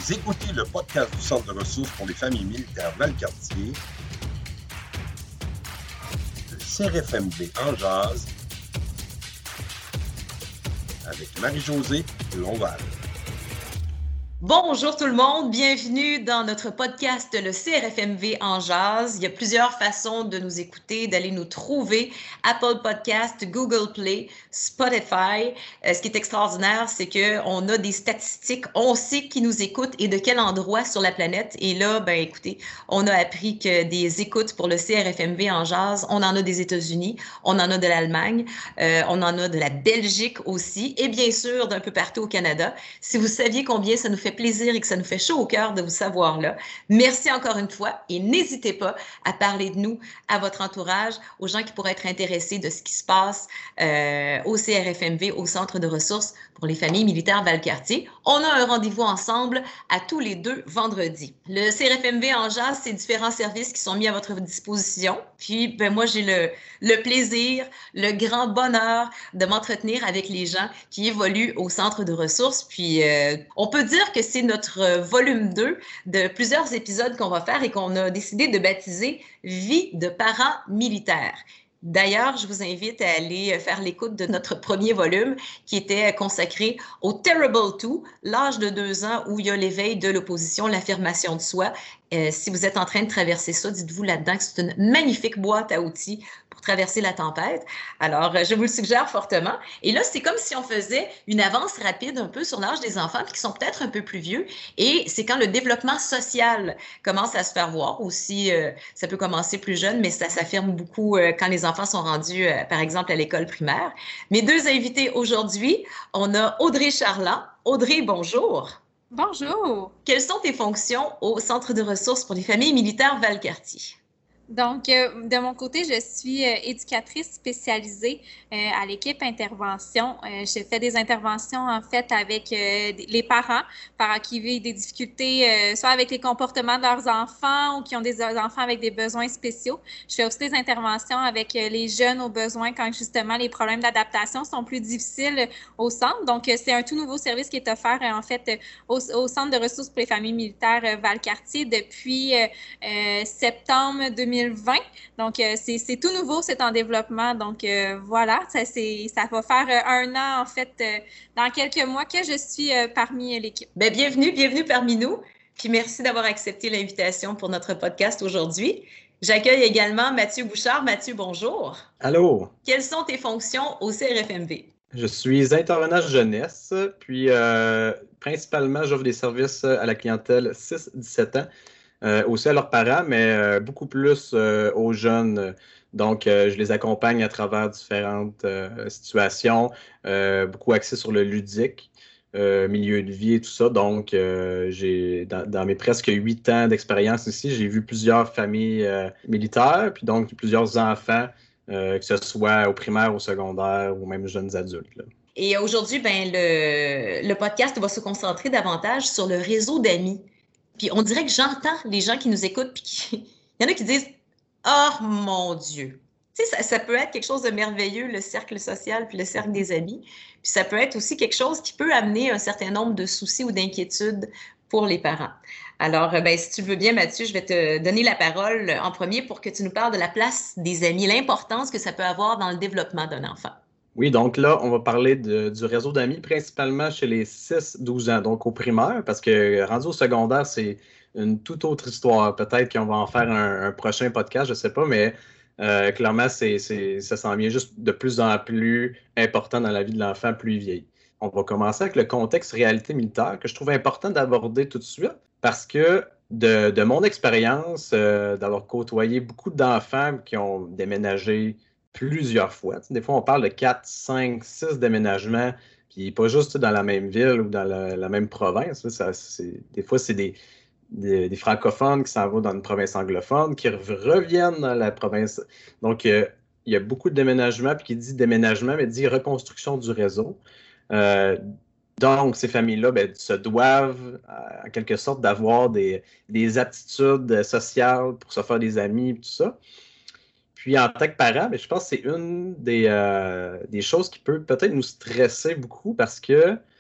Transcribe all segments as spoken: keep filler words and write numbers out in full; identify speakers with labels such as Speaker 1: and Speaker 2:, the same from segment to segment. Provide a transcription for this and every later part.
Speaker 1: Vous écoutez le podcast du Centre de ressources pour les familles militaires Valcartier, le C R F M V en jase, avec Marie-Josée Lonval.
Speaker 2: Bonjour tout le monde, bienvenue dans notre podcast le C R F M V en jase. Il y a plusieurs façons de nous écouter, d'aller nous trouver. Apple Podcast, Google Play, Spotify. Euh, ce qui est extraordinaire, c'est qu'on a des statistiques, on sait qui nous écoute et de quel endroit sur la planète. Et là, ben écoutez, on a appris que des écoutes pour le C R F M V en jase, on en a des États-Unis, on en a de l'Allemagne, euh, on en a de la Belgique aussi et bien sûr d'un peu partout au Canada. Si vous saviez combien ça nous fait plaisir et que ça nous fait chaud au cœur de vous savoir là. Merci encore une fois et n'hésitez pas à parler de nous à votre entourage, aux gens qui pourraient être intéressés de ce qui se passe euh, au C R F M V, au Centre de ressources pour les familles militaires Valcartier. On a un rendez-vous ensemble à tous les deux vendredis. Le C R F M V en jase, c'est différents services qui sont mis à votre disposition. Puis, ben moi, j'ai le, le plaisir, le grand bonheur de m'entretenir avec les gens qui évoluent au Centre de ressources. Puis, euh, on peut dire que c'est notre volume deux de plusieurs épisodes qu'on va faire et qu'on a décidé de baptiser « Vie de parents militaires ». D'ailleurs, je vous invite à aller faire l'écoute de notre premier volume qui était consacré au Terrible deux, l'âge de deux ans où il y a l'éveil de l'opposition, l'affirmation de soi. Euh, si vous êtes en train de traverser ça, dites-vous là-dedans que c'est une magnifique boîte à outils pour traverser la tempête. Alors, je vous le suggère fortement. Et là, c'est comme si on faisait une avance rapide un peu sur l'âge des enfants qui sont peut-être un peu plus vieux. Et c'est quand le développement social commence à se faire voir aussi. Euh, ça peut commencer plus jeune, mais ça s'affirme beaucoup euh, quand les enfants sont rendus, euh, par exemple, à l'école primaire. Mes deux invités aujourd'hui, on a Audrey Charland. Audrey, bonjour.
Speaker 3: Bonjour.
Speaker 2: Quelles sont tes fonctions au Centre de ressources pour les familles militaires Valcartier?
Speaker 3: Donc, euh, de mon côté, je suis euh, éducatrice spécialisée euh, à l'équipe intervention. Euh, je fais des interventions, en fait, avec euh, les parents, parents qui vivent des difficultés, euh, soit avec les comportements de leurs enfants ou qui ont des enfants avec des besoins spéciaux. Je fais aussi des interventions avec euh, les jeunes aux besoins quand, justement, les problèmes d'adaptation sont plus difficiles au centre. Donc, euh, c'est un tout nouveau service qui est offert, euh, en fait, euh, au, au Centre de ressources pour les familles militaires euh, Valcartier depuis euh, euh, septembre deux mille vingt. Donc, euh, c'est, c'est tout nouveau, c'est en développement. Donc, euh, voilà, ça, c'est, ça va faire euh, un an, en fait, euh, dans quelques mois que je suis euh, parmi l'équipe.
Speaker 2: Bien, bienvenue, bienvenue parmi nous. Puis merci d'avoir accepté l'invitation pour notre podcast aujourd'hui. J'accueille également Mathieu Bouchard. Mathieu, bonjour.
Speaker 4: Allô.
Speaker 2: Quelles sont tes fonctions au C R F M V?
Speaker 4: Je suis intervenant jeunesse, puis euh, principalement, j'offre des services à la clientèle six à dix-sept ans. Euh, aussi à leurs parents, mais euh, beaucoup plus euh, aux jeunes. Donc, euh, je les accompagne à travers différentes euh, situations, euh, beaucoup axé sur le ludique, euh, milieu de vie et tout ça. Donc, euh, j'ai dans, dans mes presque huit ans d'expérience ici, j'ai vu plusieurs familles euh, militaires, puis donc plusieurs enfants, euh, que ce soit au primaire, au secondaire ou même jeunes adultes, là.
Speaker 2: Et aujourd'hui, ben, le, le podcast va se concentrer davantage sur le réseau d'amis. Puis on dirait que j'entends les gens qui nous écoutent, puis qui... il y en a qui disent « Oh mon Dieu! » Tu sais, ça, ça peut être quelque chose de merveilleux, le cercle social puis le cercle des amis. Puis ça peut être aussi quelque chose qui peut amener un certain nombre de soucis ou d'inquiétudes pour les parents. Alors, ben, si tu veux bien, Mathieu, je vais te donner la parole en premier pour que tu nous parles de la place des amis, l'importance que ça peut avoir dans le développement d'un enfant.
Speaker 4: Oui, donc là, on va parler de, du réseau d'amis, principalement chez les six à douze ans, donc au primaire, parce que rendu au secondaire, c'est une toute autre histoire. Peut-être qu'on va en faire un, un prochain podcast, je ne sais pas, mais euh, clairement, c'est, c'est, ça s'en vient juste de plus en plus important dans la vie de l'enfant plus vieil. On va commencer avec le contexte réalité militaire, que je trouve important d'aborder tout de suite, parce que de, de mon expérience, euh, d'avoir côtoyé beaucoup d'enfants qui ont déménagé plusieurs fois. Des fois, on parle de quatre, cinq, six déménagements, puis pas juste dans la même ville ou dans la, la même province. Ça, c'est, des fois, c'est des, des, des francophones qui s'en vont dans une province anglophone, qui reviennent dans la province. Donc, euh, il y a beaucoup de déménagements, puis qui dit déménagement, mais dit reconstruction du réseau. Euh, donc, ces familles-là ben, se doivent, en quelque sorte, d'avoir des, des aptitudes sociales pour se faire des amis, tout ça. Puis en tant que parent, ben, je pense que c'est une des, euh, des choses qui peut peut-être nous stresser beaucoup parce que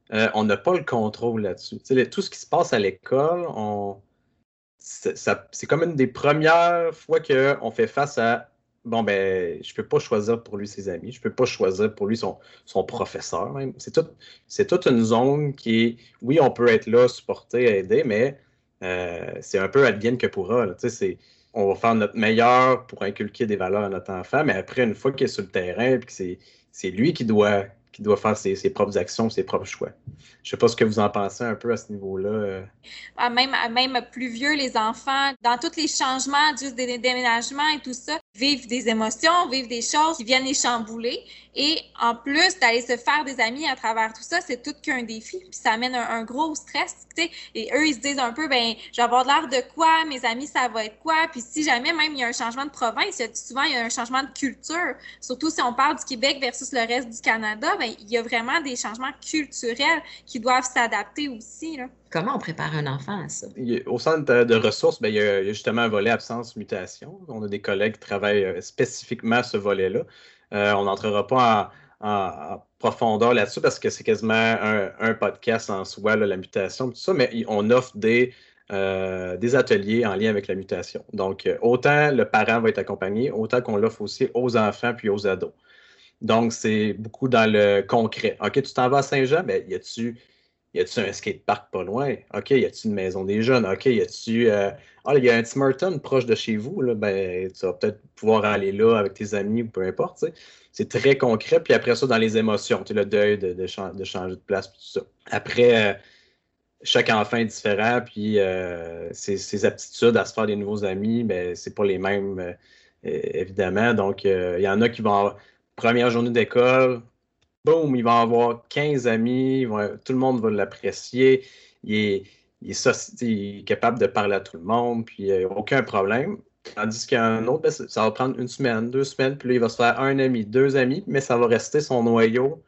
Speaker 4: euh, on n'a pas le contrôle là-dessus. Tu sais, tout ce qui se passe à l'école, on... c'est, ça, c'est comme une des premières fois qu'on fait face à bon, ben, je peux pas choisir pour lui ses amis, je peux pas choisir pour lui son, son professeur même. C'est tout, c'est toute une zone qui est, oui, on peut être là, supporter, aider, mais euh, c'est un peu advienne que pourra. Là. Tu sais, c'est, on va faire notre meilleur pour inculquer des valeurs à notre enfant, mais après, une fois qu'il est sur le terrain, puis que c'est, c'est lui qui doit, qui doit faire ses, ses propres actions, ses propres choix. Je sais pas ce que vous en pensez un peu à ce niveau-là. euh.
Speaker 3: À même, à même plus vieux, les enfants, dans tous les changements, juste des déménagements et tout ça, vivent des émotions, vivent des choses qui viennent les chambouler. Et en plus d'aller se faire des amis à travers tout ça, c'est tout qu'un défi. Puis ça amène un, un gros stress, tu sais. Et eux, ils se disent un peu, ben, je vais avoir l'air de quoi? Mes amis, ça va être quoi? Puis si jamais même il y a un changement de province, souvent il y a un changement de culture. Surtout si on parle du Québec versus le reste du Canada, ben, il y a vraiment des changements culturels qui doivent s'adapter aussi, là.
Speaker 2: Comment on prépare un enfant à ça?
Speaker 4: Au centre de ressources, bien, il y a justement un volet absence-mutation. On a des collègues qui travaillent spécifiquement à ce volet-là. Euh, on n'entrera pas en, en, en profondeur là-dessus parce que c'est quasiment un, un podcast en soi, là, la mutation, tout ça, mais on offre des, euh, des ateliers en lien avec la mutation. Donc, autant le parent va être accompagné, autant qu'on l'offre aussi aux enfants puis aux ados. Donc, c'est beaucoup dans le concret. OK, tu t'en vas à Saint-Jean, bien, y a-tu... Y a-tu un skatepark pas loin? OK, y a-tu une maison des jeunes? OK, y a-tu. Euh... Ah, il y a un Tim Hortons proche de chez vous, là, ben, tu vas peut-être pouvoir aller là avec tes amis ou peu importe. T'sais. C'est très concret. Puis après ça, dans les émotions, le deuil de, de, ch- de changer de place, puis tout ça. Après, euh, chaque enfant est différent, puis euh, ses, ses aptitudes à se faire des nouveaux amis, ben, c'est pas les mêmes, euh, évidemment. Donc, il euh, y en a qui vont avoir première journée d'école. Boum, il va avoir quinze amis, va, tout le monde va l'apprécier, il est, il, est, il est capable de parler à tout le monde, puis il n'y a aucun problème. Tandis qu'un autre, ben, ça va prendre une semaine, deux semaines, puis là, il va se faire un ami, deux amis, mais ça va rester son noyau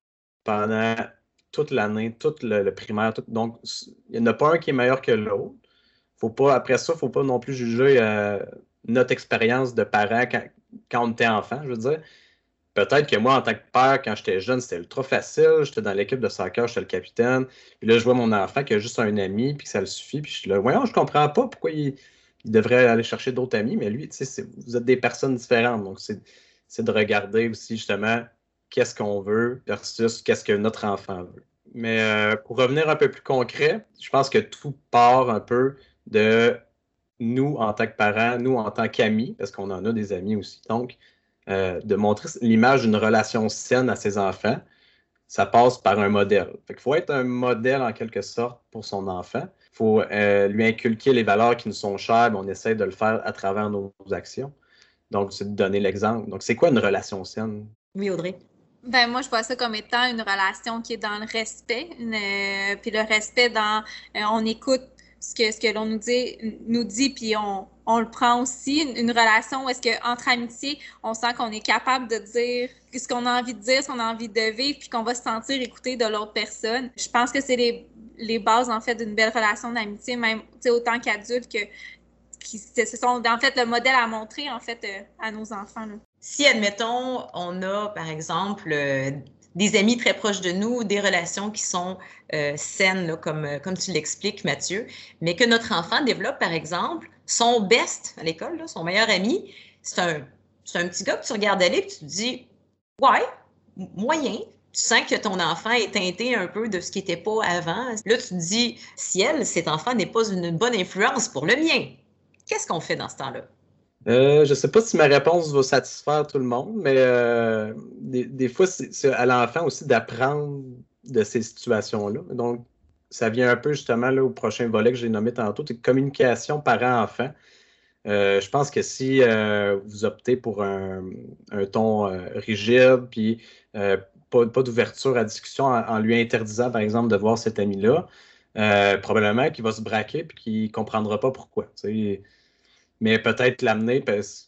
Speaker 4: pendant toute l'année, tout le, le primaire. Tout, donc, il n'y en a pas un qui est meilleur que l'autre. Faut pas, après ça, il ne faut pas non plus juger euh, notre expérience de parent quand, quand on était enfant, je veux dire. Peut-être que moi, en tant que père, quand j'étais jeune, c'était ultra facile. J'étais dans l'équipe de soccer, j'étais le capitaine. Puis là, je vois mon enfant qui a juste un ami, puis que ça le suffit. Puis je suis là, voyons, je comprends pas pourquoi il, il devrait aller chercher d'autres amis. Mais lui, tu sais, vous êtes des personnes différentes. Donc, c'est, c'est de regarder aussi, justement, qu'est-ce qu'on veut versus qu'est-ce que notre enfant veut. Mais euh, pour revenir un peu plus concret, je pense que tout part un peu de nous en tant que parents, nous en tant qu'amis, parce qu'on en a des amis aussi. Donc, Euh, de montrer l'image d'une relation saine à ses enfants, ça passe par un modèle. Fait qu'il faut être un modèle en quelque sorte pour son enfant. Il faut euh, lui inculquer les valeurs qui nous sont chères, mais on essaie de le faire à travers nos actions. Donc, c'est de donner l'exemple. Donc, c'est quoi une relation saine?
Speaker 2: Oui, Audrey.
Speaker 3: Ben moi, je vois ça comme étant une relation qui est dans le respect, une, euh, puis le respect dans, euh, on écoute ce que, ce que l'on nous dit, nous dit puis on, on le prend aussi. Une, une relation où est-ce qu'entre amitié, on sent qu'on est capable de dire ce qu'on a envie de dire, ce qu'on a envie de vivre, puis qu'on va se sentir écouté de l'autre personne. Je pense que c'est les, les bases, en fait, d'une belle relation d'amitié, même autant qu'adulte, que qui ce sont en fait le modèle à montrer, en fait, euh, à nos enfants, là.
Speaker 2: Si, admettons, on a, par exemple, euh, des amis très proches de nous, des relations qui sont euh, saines, là, comme, comme tu l'expliques, Mathieu, mais que notre enfant développe, par exemple, son best à l'école, là, son meilleur ami, c'est un, c'est un petit gars que tu regardes aller et tu te dis, ouais, moyen. Tu sens que ton enfant est teinté un peu de ce qui n'était pas avant. Là, tu te dis, ciel, cet enfant n'est pas une bonne influence pour le mien. Qu'est-ce qu'on fait dans ce temps-là?
Speaker 4: Euh, je ne sais pas si ma réponse va satisfaire tout le monde, mais euh, des, des fois, c'est, c'est à l'enfant aussi d'apprendre de ces situations-là. Donc, ça vient un peu justement là, au prochain volet que j'ai nommé tantôt, c'est communication parent-enfant. Euh, je pense que si euh, vous optez pour un, un ton euh, rigide, puis euh, pas, pas d'ouverture à discussion en, en lui interdisant, par exemple, de voir cet ami-là, euh, probablement qu'il va se braquer puis qu'il ne comprendra pas pourquoi. Tu sais. Mais peut-être l'amener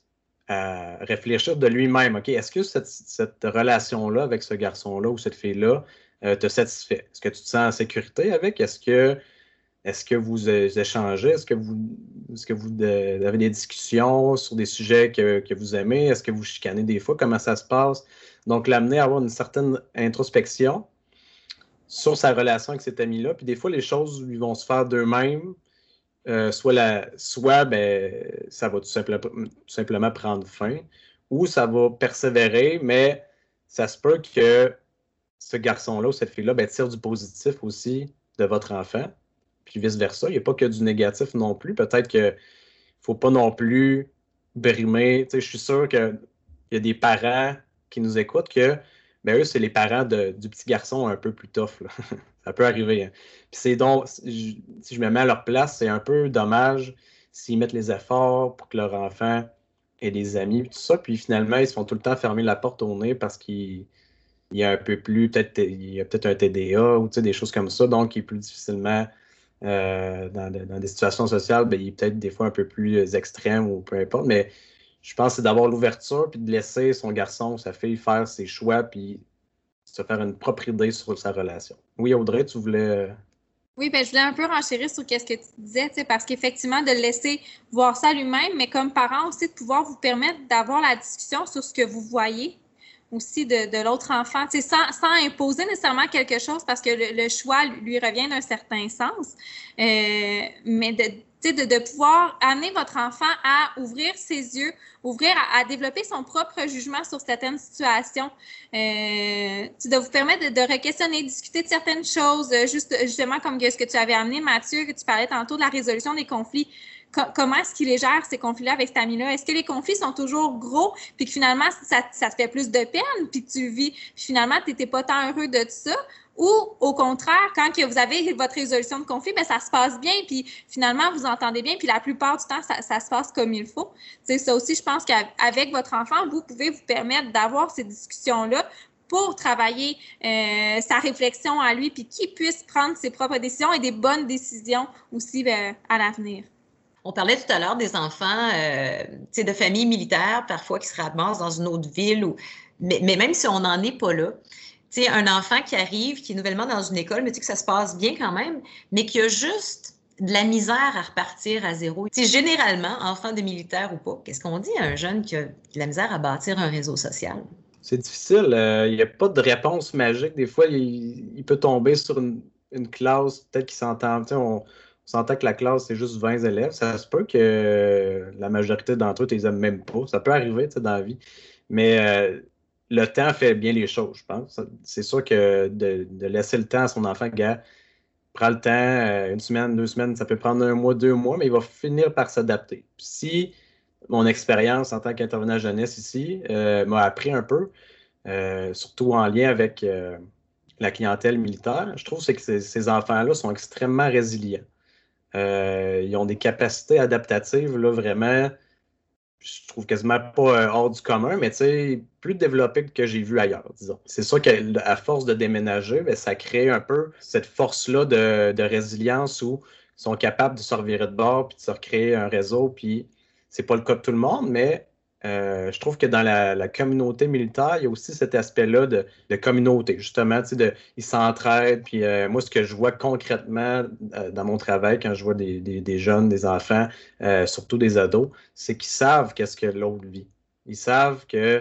Speaker 4: à réfléchir de lui-même. OK, est-ce que cette, cette relation-là avec ce garçon-là ou cette fille-là euh, te satisfait? Est-ce que tu te sens en sécurité avec? Est-ce que, est-ce que vous échangez? Est-ce que vous, est-ce que vous de, avez des discussions sur des sujets que, que vous aimez? Est-ce que vous chicanez des fois? Comment ça se passe? Donc, l'amener à avoir une certaine introspection. sur sa relation avec cet ami-là. Puis des fois, les choses lui vont se faire d'eux-mêmes. Euh, soit la, soit ben, ça va tout simplement, tout simplement prendre fin, ou ça va persévérer, mais ça se peut que ce garçon-là ou cette fille-là ben, tire du positif aussi de votre enfant, puis vice-versa. Il n'y a pas que du négatif non plus. Peut-être qu'il ne faut pas non plus brimer. Tu sais, je suis sûr qu'il y a des parents qui nous écoutent que ben, eux, c'est les parents de, du petit garçon un peu plus tough, là. Ça peut arriver. Hein. Puis c'est donc, si je me mets à leur place, c'est un peu dommage s'ils mettent les efforts pour que leur enfant ait des amis, tout ça, puis finalement, ils se font tout le temps fermer la porte au nez parce qu'il y a un peu plus, peut-être il y a peut-être un T D A ou des choses comme ça, donc il est plus difficilement euh, dans, dans des situations sociales, bien, il est peut-être des fois un peu plus extrême ou peu importe, mais je pense que c'est d'avoir l'ouverture puis de laisser son garçon ou sa fille faire ses choix puis se faire une propre idée sur sa relation. Oui, Audrey, tu voulais...
Speaker 3: Oui, bien, je voulais un peu renchérir sur ce que tu disais, parce qu'effectivement, de le laisser voir ça lui-même, mais comme parent aussi, de pouvoir vous permettre d'avoir la discussion sur ce que vous voyez aussi de, de l'autre enfant, sans, sans imposer nécessairement quelque chose parce que le, le choix lui revient d'un certain sens, euh, mais de De, de pouvoir amener votre enfant à ouvrir ses yeux, ouvrir à, à développer son propre jugement sur certaines situations, euh, de vous permettre de, de re-questionner, discuter de certaines choses, juste, justement comme ce que tu avais amené, Mathieu, que tu parlais tantôt de la résolution des conflits. Co- comment est-ce qu'il les gère, ces conflits-là, avec cet ami-là? Est-ce que les conflits sont toujours gros, puis que finalement, ça, ça te fait plus de peine, puis que tu vis, puis finalement, tu n'étais pas tant heureux de ça? Ou, au contraire, quand que vous avez votre résolution de conflit, bien, ça se passe bien, puis finalement, vous entendez bien, puis la plupart du temps, ça, ça se passe comme il faut. C'est ça aussi, je pense qu'avec votre enfant, vous pouvez vous permettre d'avoir ces discussions-là pour travailler euh, sa réflexion à lui, puis qu'il puisse prendre ses propres décisions et des bonnes décisions aussi ben, à l'avenir.
Speaker 2: On parlait tout à l'heure des enfants euh, de familles militaires, parfois qui se ramassent dans une autre ville, ou... mais, mais même si on n'en est pas là, t'sais, un enfant qui arrive, qui est nouvellement dans une école, mais tu sais que ça se passe bien quand même, mais qui a juste de la misère à repartir à zéro. T'sais, généralement, enfant de militaire ou pas, qu'est-ce qu'on dit à un jeune qui a de la misère à bâtir un réseau social?
Speaker 4: C'est difficile. Il euh, n'y a pas de réponse magique. Des fois, il, il peut tomber sur une, une classe, peut-être qu'il s'entend. On, on s'entend que la classe, c'est juste vingt élèves. Ça se peut que la majorité d'entre eux, tu les aimes même pas. Ça peut arriver dans la vie. Mais euh, le temps fait bien les choses, je pense. C'est sûr que de, de laisser le temps à son enfant, gars, prend le temps, euh, une semaine, deux semaines, ça peut prendre un mois, deux mois, mais il va finir par s'adapter. Puis si mon expérience en tant qu'intervenant jeunesse ici euh, m'a appris un peu, euh, surtout en lien avec euh, la clientèle militaire, je trouve que ces, ces enfants-là sont extrêmement résilients. Euh, ils ont des capacités adaptatives, là, vraiment, je trouve quasiment pas euh, hors du commun, mais tu sais, plus développées que j'ai vu ailleurs, disons. C'est sûr qu'à force de déménager, bien, ça crée un peu cette force-là de, de résilience où ils sont capables de se revirer de bord puis de se recréer un réseau, puis c'est pas le cas de tout le monde, mais euh, je trouve que dans la, la communauté militaire, il y a aussi cet aspect-là de, de communauté, justement, tu sais, de, ils s'entraident, puis euh, moi, ce que je vois concrètement euh, dans mon travail, quand je vois des, des, des jeunes, des enfants, euh, surtout des ados, c'est qu'ils savent qu'est-ce que l'autre vit. Ils savent que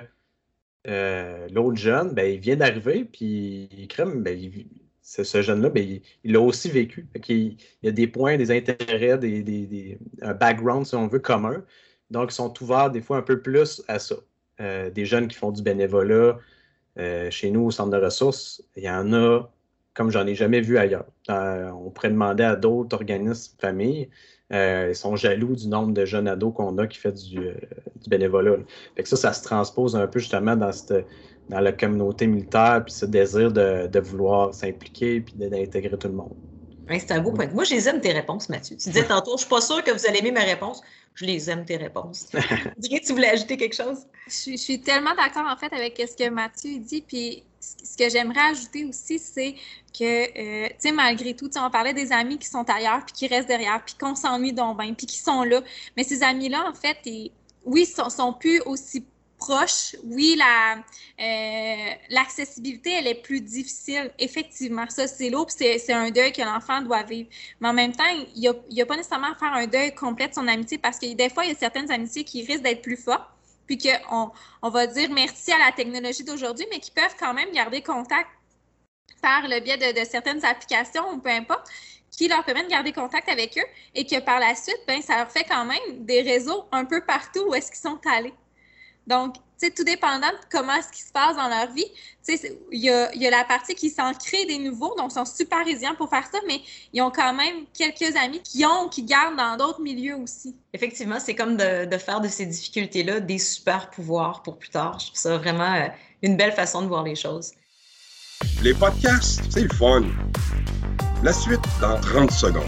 Speaker 4: euh, l'autre jeune, ben, il vient d'arriver, puis il crème, ben, il, ce, ce jeune-là, ben, il, il l'a aussi vécu. Il, il y a des points, des intérêts, des, des, des, un background, si on veut, commun. Donc, ils sont ouverts des fois un peu plus à ça. Euh, des jeunes qui font du bénévolat euh, chez nous au centre de ressources, il y en a comme j'en ai jamais vu ailleurs. Euh, on pourrait demander à d'autres organismes, familles, euh, ils sont jaloux du nombre de jeunes ados qu'on a qui fait du, euh, du bénévolat. Fait que ça, ça se transpose un peu justement dans, cette, dans la communauté militaire, puis ce désir de, de vouloir s'impliquer puis d'intégrer tout le monde.
Speaker 2: Ouais, c'est un beau point. Moi, je les aime tes réponses, Mathieu. Tu disais tantôt, je ne suis pas sûre que vous allez aimer ma réponse. Je les aime tes réponses. Dirais tu voulais ajouter quelque chose?
Speaker 3: Je suis, je suis tellement d'accord, en fait, avec ce que Mathieu dit. Puis, ce que j'aimerais ajouter aussi, c'est que, euh, tu sais, malgré tout, on parlait des amis qui sont ailleurs, puis qui restent derrière, puis qu'on s'ennuie donc bien, puis qui sont là. Mais ces amis-là, en fait, et, oui, sont, sont plus aussi proches. Oui, la, euh, l'accessibilité, elle est plus difficile. Effectivement, ça, c'est lourd, puis c'est, c'est un deuil que l'enfant doit vivre. Mais en même temps, il n'y a, il y a pas nécessairement à faire un deuil complet de son amitié, parce que des fois, il y a certaines amitiés qui risquent d'être plus fortes, puis qu'on on va dire merci à la technologie d'aujourd'hui, mais qui peuvent quand même garder contact par le biais de, de certaines applications ou peu importe, qui leur permettent de garder contact avec eux et que par la suite, ben, ça leur fait quand même des réseaux un peu partout où est-ce qu'ils sont allés. Donc, tu sais, tout dépendant de comment ce qui se passe dans leur vie, tu sais, il y a, y a la partie qui s'en crée des nouveaux, donc ils sont super résilients pour faire ça, mais ils ont quand même quelques amis qui ont, qui gardent dans d'autres milieux aussi.
Speaker 2: Effectivement, c'est comme de, de faire de ces difficultés-là des super pouvoirs pour plus tard. Je trouve ça vraiment euh, une belle façon de voir les choses.
Speaker 1: Les podcasts, c'est le fun. La suite dans trente secondes.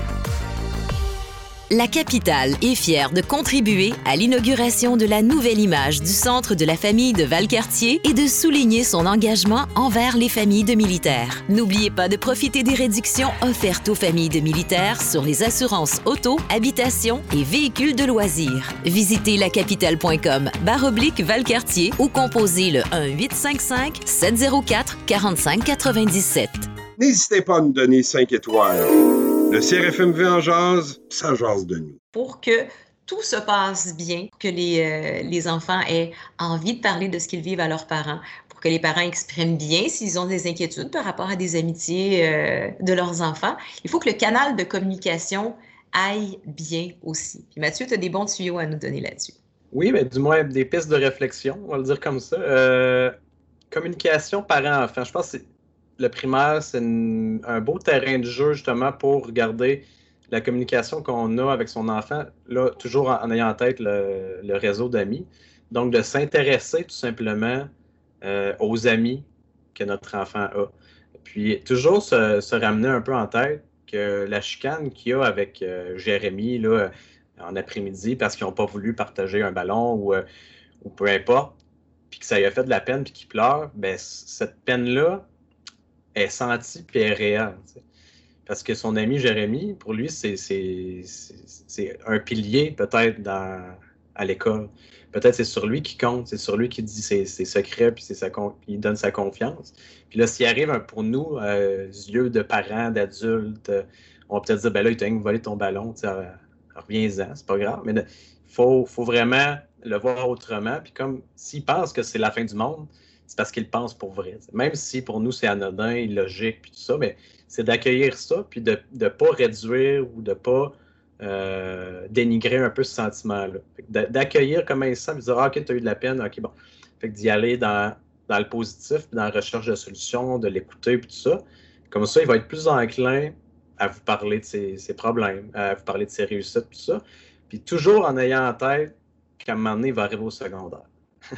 Speaker 5: La capitale est fière de contribuer à l'inauguration de la nouvelle image du Centre de la famille de Valcartier et de souligner son engagement envers les familles de militaires. N'oubliez pas de profiter des réductions offertes aux familles de militaires sur les assurances auto, habitation et véhicules de loisirs. Visitez lacapitale.com barre oblique Valcartier ou composez le un huit cinq cinq sept zéro quatre quarante-cinq quatre-vingt-dix-sept.
Speaker 1: N'hésitez pas à nous donner cinq étoiles. Le C R F M V en jase, ça jase de nous.
Speaker 2: Pour que tout se passe bien, que les, euh, les enfants aient envie de parler de ce qu'ils vivent à leurs parents, pour que les parents expriment bien s'ils ont des inquiétudes par rapport à des amitiés euh, de leurs enfants, il faut que le canal de communication aille bien aussi. Puis Mathieu, tu as des bons tuyaux à nous donner là-dessus.
Speaker 4: Oui, mais du moins des pistes de réflexion, on va le dire comme ça. Euh, communication parent-enfant, je pense que c'est le primaire, c'est une, un beau terrain de jeu justement pour regarder la communication qu'on a avec son enfant, là, toujours en, en ayant en tête le, le réseau d'amis. Donc, de s'intéresser tout simplement euh, aux amis que notre enfant a. Puis, toujours se, se ramener un peu en tête que la chicane qu'il y a avec euh, Jérémy là, en après-midi parce qu'ils n'ont pas voulu partager un ballon ou, euh, ou peu importe, puis que ça lui a fait de la peine puis qu'il pleure, bien, cette peine-là, est sentie puis est réelle. T'sais. Parce que son ami Jérémy, pour lui, c'est, c'est, c'est, c'est un pilier peut-être dans, à l'école. Peut-être c'est sur lui qui compte, c'est sur lui qui dit ses, ses secrets puis c'est sa, il donne sa confiance. Puis là, s'il arrive pour nous, euh, yeux de parents, d'adultes, on va peut-être dire, ben là, il t'a volé ton ballon, reviens-en, c'est pas grave. Mais il faut, faut vraiment le voir autrement. Puis comme s'il pense que c'est la fin du monde, c'est parce qu'il pense pour vrai. Même si pour nous, c'est anodin, illogique, puis tout ça, mais c'est d'accueillir ça, puis de ne pas réduire ou de ne pas euh, dénigrer un peu ce sentiment-là. D'accueillir comment il sent, puis de dire ah, « OK, tu as eu de la peine, OK, bon. » Fait que d'y aller dans, dans le positif, puis dans la recherche de solutions, de l'écouter, puis tout ça. Comme ça, il va être plus enclin à vous parler de ses, ses problèmes, à vous parler de ses réussites, tout ça. Puis toujours en ayant en tête qu'à un moment donné, il va arriver au secondaire.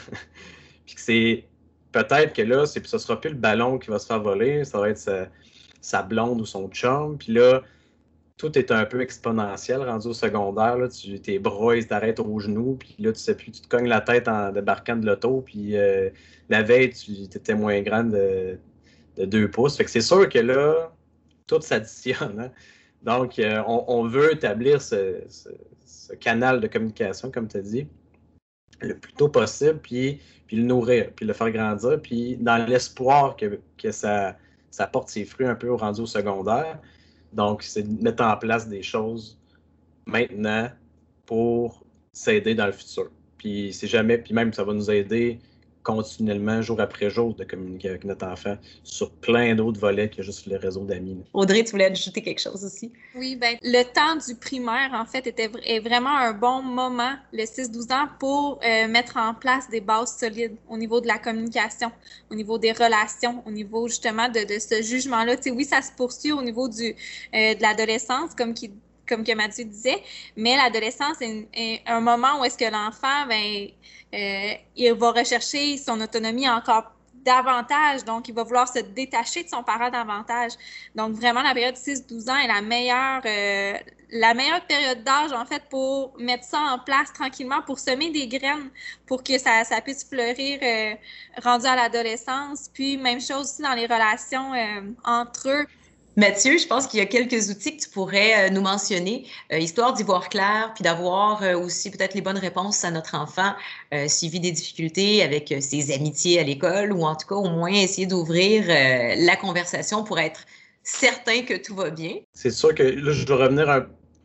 Speaker 4: Puis que c'est... Peut-être que là, c'est, ce ne sera plus le ballon qui va se faire voler, ça va être sa, sa blonde ou son chum. Puis là, tout est un peu exponentiel rendu au secondaire. Là, tu, tes bras, ils t'arrêtent aux genoux. Puis là, tu sais plus, tu te cognes la tête en débarquant de l'auto. Puis euh, la veille, tu étais moins grande de, de deux pouces. Fait que c'est sûr que là, tout s'additionne. Hein? Donc, euh, on, on veut établir ce, ce, ce canal de communication, comme tu as dit, le plus tôt possible. Puis puis le nourrir, puis le faire grandir, puis dans l'espoir que, que ça, ça porte ses fruits un peu au rendu au secondaire. Donc, c'est de mettre en place des choses maintenant pour s'aider dans le futur. Puis c'est jamais, puis même ça va nous aider continuellement, jour après jour, de communiquer avec notre enfant sur plein d'autres volets que juste le réseau d'amis.
Speaker 2: Audrey, tu voulais ajouter quelque chose aussi?
Speaker 3: Oui, bien, le temps du primaire, en fait, était est vraiment un bon moment, le six douze ans, pour euh, mettre en place des bases solides au niveau de la communication, au niveau des relations, au niveau justement de, de ce jugement-là. Tu sais, oui, ça se poursuit au niveau du, euh, de l'adolescence, comme qui comme que Mathieu disait, mais l'adolescence est, est un moment où est-ce que l'enfant, ben, euh, il va rechercher son autonomie encore davantage, donc il va vouloir se détacher de son parent davantage. Donc vraiment, la période six douze ans est la meilleure, euh, la meilleure période d'âge, en fait, pour mettre ça en place tranquillement, pour semer des graines, pour que ça, ça puisse fleurir euh, rendu à l'adolescence. Puis même chose aussi dans les relations euh, entre eux.
Speaker 2: Mathieu, je pense qu'il y a quelques outils que tu pourrais euh, nous mentionner, euh, histoire d'y voir clair, puis d'avoir euh, aussi peut-être les bonnes réponses à notre enfant euh, s'il vit des difficultés avec euh, ses amitiés à l'école, ou en tout cas au moins essayer d'ouvrir euh, la conversation pour être certain que tout va bien.
Speaker 4: C'est sûr que là, je dois revenir un,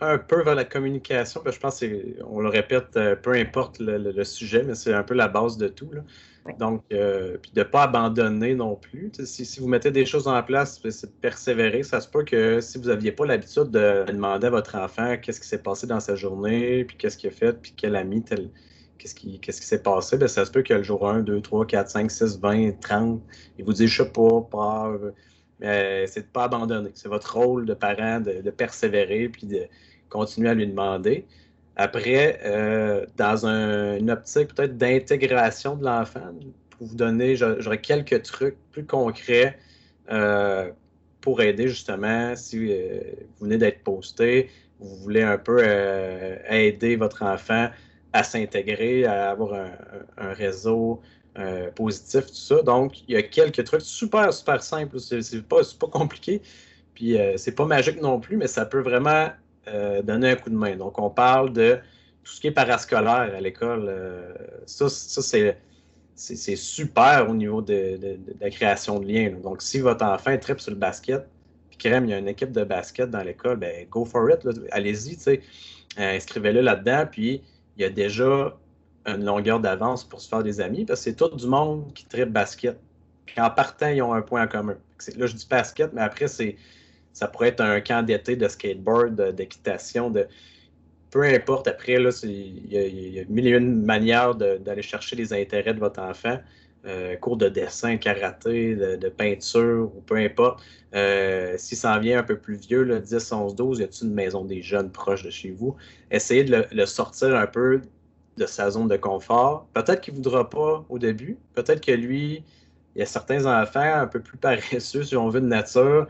Speaker 4: un peu vers la communication. Ben, je pense qu'on le répète, euh, peu importe le, le, le sujet, mais c'est un peu la base de tout, là. Oui. Donc, euh, puis de ne pas abandonner non plus. Si, si vous mettez des choses en place, c'est de persévérer. Ça se peut que si vous n'aviez pas l'habitude de demander à votre enfant qu'est-ce qui s'est passé dans sa journée, puis qu'est-ce qu'il a fait, puis quel ami, tel, qu'est-ce qui, qu'est-ce qui s'est passé, bien, ça se peut que le jour un, deux, trois, quatre, cinq, six, vingt, trente, il vous dit « je ne sais pas, pas... » Mais c'est de ne pas abandonner. C'est votre rôle de parent de, de persévérer puis de continuer à lui demander. Après, euh, dans un, une optique peut-être d'intégration de l'enfant, pour vous donner, j'aurais quelques trucs plus concrets euh, pour aider justement si euh, vous venez d'être posté, vous voulez un peu euh, aider votre enfant à s'intégrer, à avoir un, un réseau euh, positif, tout ça. Donc, il y a quelques trucs super, super simples. C'est, c'est, pas, c'est pas compliqué. Puis, euh, c'est pas magique non plus, mais ça peut vraiment euh, donner un coup de main. Donc, on parle de tout ce qui est parascolaire à l'école. Euh, ça, ça c'est, c'est, c'est super au niveau de, de, de la création de liens. Là. Donc, si votre enfant tripe sur le basket, puis crème, il y a une équipe de basket dans l'école, ben go for it. Là. Allez-y, tu sais. Euh, inscrivez-le là-dedans, puis il y a déjà une longueur d'avance pour se faire des amis, parce que c'est tout du monde qui tripe basket. Puis en partant, ils ont un point en commun. C'est, là, je dis basket, mais après, c'est, ça pourrait être un camp d'été de skateboard, de, d'équitation, de peu importe. Après, là, c'est, il, y a, il y a mille et une manières de, d'aller chercher les intérêts de votre enfant. Euh, cours de dessin, karaté, de, de peinture, ou peu importe. Euh, s'il s'en vient un peu plus vieux, là, dix, onze, douze, y a-t-il une maison des jeunes proche de chez vous? Essayez de le, le sortir un peu de sa zone de confort. Peut-être qu'il ne voudra pas au début. Peut-être que lui, il y a certains enfants un peu plus paresseux, si on veut, de nature,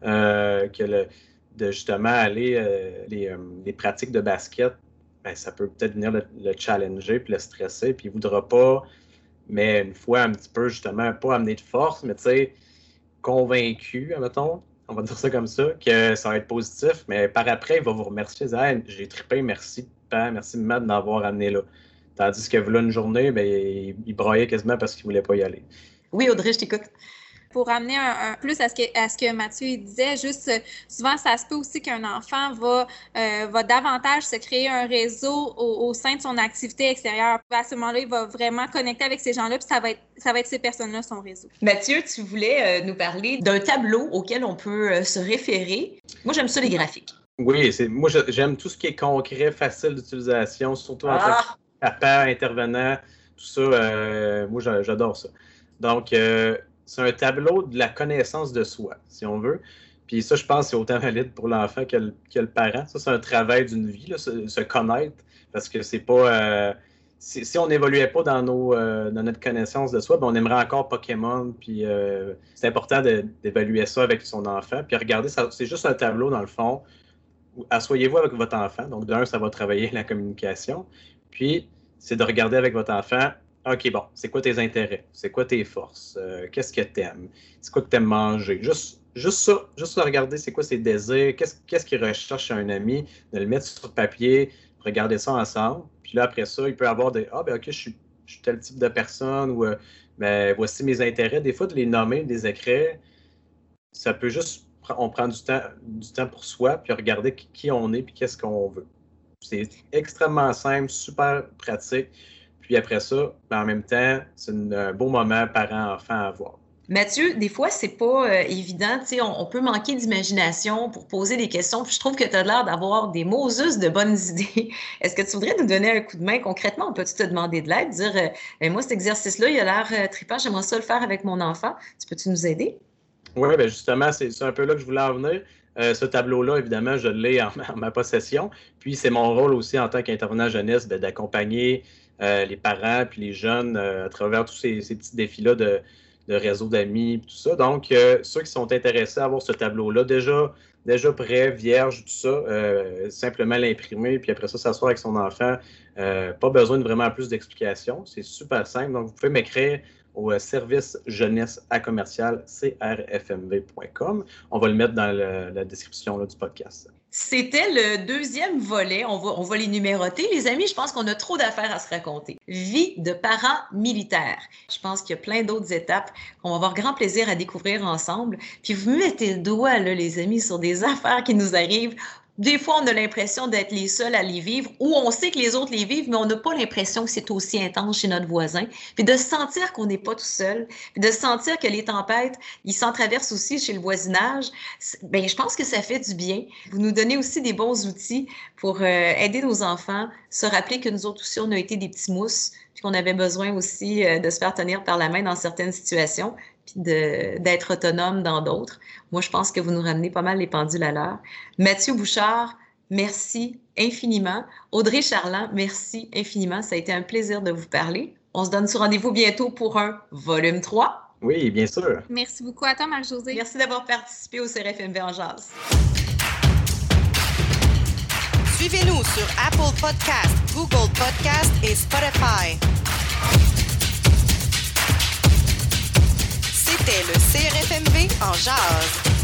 Speaker 4: euh, que le, de justement aller, euh, les, euh, les pratiques de basket, ben, ça peut peut-être venir le, le challenger puis le stresser, puis il ne voudra pas. Mais une fois un petit peu, justement, pas amené de force, mais tu sais, convaincu, admettons, on va dire ça comme ça, que ça va être positif, mais par après, il va vous remercier, dire hey, j'ai trippé, merci, papa, merci, maman, de m'avoir amené là. Tandis que là, une journée, ben, il, il broyait quasiment parce qu'il ne voulait pas y aller.
Speaker 2: Oui, Audrey, je t'écoute.
Speaker 3: Pour amener un, un plus à ce que, à ce que Mathieu il disait, juste souvent, ça se peut aussi qu'un enfant va, euh, va davantage se créer un réseau au, au sein de son activité extérieure. À ce moment-là, il va vraiment connecter avec ces gens-là, puis ça va être, ça va être ces personnes-là, son réseau.
Speaker 2: Mathieu, tu voulais euh, nous parler d'un tableau auquel on peut euh, se référer. Moi, j'aime ça, les graphiques.
Speaker 4: Oui, c'est, moi, j'aime tout ce qui est concret, facile d'utilisation, surtout en
Speaker 2: ah!
Speaker 4: tant que papa, intervenant, tout ça. Euh, moi, j'adore ça. Donc, euh, c'est un tableau de la connaissance de soi, si on veut. Puis ça, je pense que c'est autant valide pour l'enfant que le, que le parent. Ça, c'est un travail d'une vie, là, se, se connaître, parce que c'est pas... Euh, si, si on n'évoluait pas dans, nos, euh, dans notre connaissance de soi, ben on aimerait encore Pokémon. Puis euh, c'est important de, d'évaluer ça avec son enfant. Puis regardez, ça, c'est juste un tableau, dans le fond. Asseyez-vous avec votre enfant. Donc, d'un, ça va travailler la communication. Puis, c'est de regarder avec votre enfant... OK, bon, c'est quoi tes intérêts? C'est quoi tes forces? Euh, qu'est-ce que tu aimes? C'est quoi que tu aimes manger? Juste, juste ça, juste regarder c'est quoi ses désirs, qu'est-ce, qu'est-ce qu'il recherche chez un ami, de le mettre sur papier, regarder ça ensemble. Puis là, après ça, il peut avoir des « Ah, ben OK, je suis, je suis tel type de personne » ou « Ben, voici mes intérêts ». Des fois, de les nommer, de les écrire, ça peut juste... On prend du temps, du temps pour soi, puis regarder qui on est, puis qu'est-ce qu'on veut. C'est extrêmement simple, super pratique. Puis après ça, ben en même temps, c'est une, un beau moment parent-enfant à avoir.
Speaker 2: Mathieu, des fois, c'est pas euh, évident. Tu sais, on, on peut manquer d'imagination pour poser des questions. Puis je trouve que tu as l'air d'avoir des Moses de bonnes idées. Est-ce que tu voudrais nous donner un coup de main concrètement? On peut-tu te demander de l'aide? Dire, euh, moi, cet exercice-là, il a l'air euh, trippant. J'aimerais ça le faire avec mon enfant. Tu peux-tu nous aider?
Speaker 4: Oui, bien justement, c'est, c'est un peu là que je voulais en venir. Euh, ce tableau-là, évidemment, je l'ai en, en ma possession. Puis c'est mon rôle aussi en tant qu'intervenant jeunesse ben, d'accompagner Euh, les parents puis les jeunes euh, à travers tous ces, ces petits défis-là de, de réseau d'amis, tout ça. Donc, euh, ceux qui sont intéressés à avoir ce tableau-là, déjà, déjà prêt, vierge, tout ça, euh, simplement l'imprimer, puis après ça, s'asseoir avec son enfant. Euh, pas besoin de vraiment plus d'explications. C'est super simple. Donc, vous pouvez m'écrire au service jeunesse à commercial c r f m v point com. On va le mettre dans le, la description là, du podcast.
Speaker 2: C'était le deuxième volet. On va, on va les numéroter. Les amis, je pense qu'on a trop d'affaires à se raconter. Vie de parents militaires. Je pense qu'il y a plein d'autres étapes qu'on va avoir grand plaisir à découvrir ensemble. Puis vous mettez le doigt, là, les amis, sur des affaires qui nous arrivent des fois, on a l'impression d'être les seuls à les vivre, ou on sait que les autres les vivent, mais on n'a pas l'impression que c'est aussi intense chez notre voisin. Puis de sentir qu'on n'est pas tout seul, puis de sentir que les tempêtes, ils s'en traversent aussi chez le voisinage, bien, je pense que ça fait du bien. Vous nous donnez aussi des bons outils pour euh, aider nos enfants, se rappeler que nous autres aussi, on a été des petits mousses, puis qu'on avait besoin aussi euh, de se faire tenir par la main dans certaines situations, puis de, d'être autonome dans d'autres. Moi, je pense que vous nous ramenez pas mal les pendules à l'heure. Mathieu Bouchard, merci infiniment. Audrey Charland, merci infiniment. Ça a été un plaisir de vous parler. On se donne sur rendez-vous bientôt pour un volume trois.
Speaker 4: Oui, bien sûr.
Speaker 3: Merci beaucoup à toi, Marie-Josée.
Speaker 2: Merci d'avoir participé au C R F M V en jazz.
Speaker 6: Suivez-nous sur Apple Podcast, Google Podcast et Spotify. C'était le C R F M V en jazz.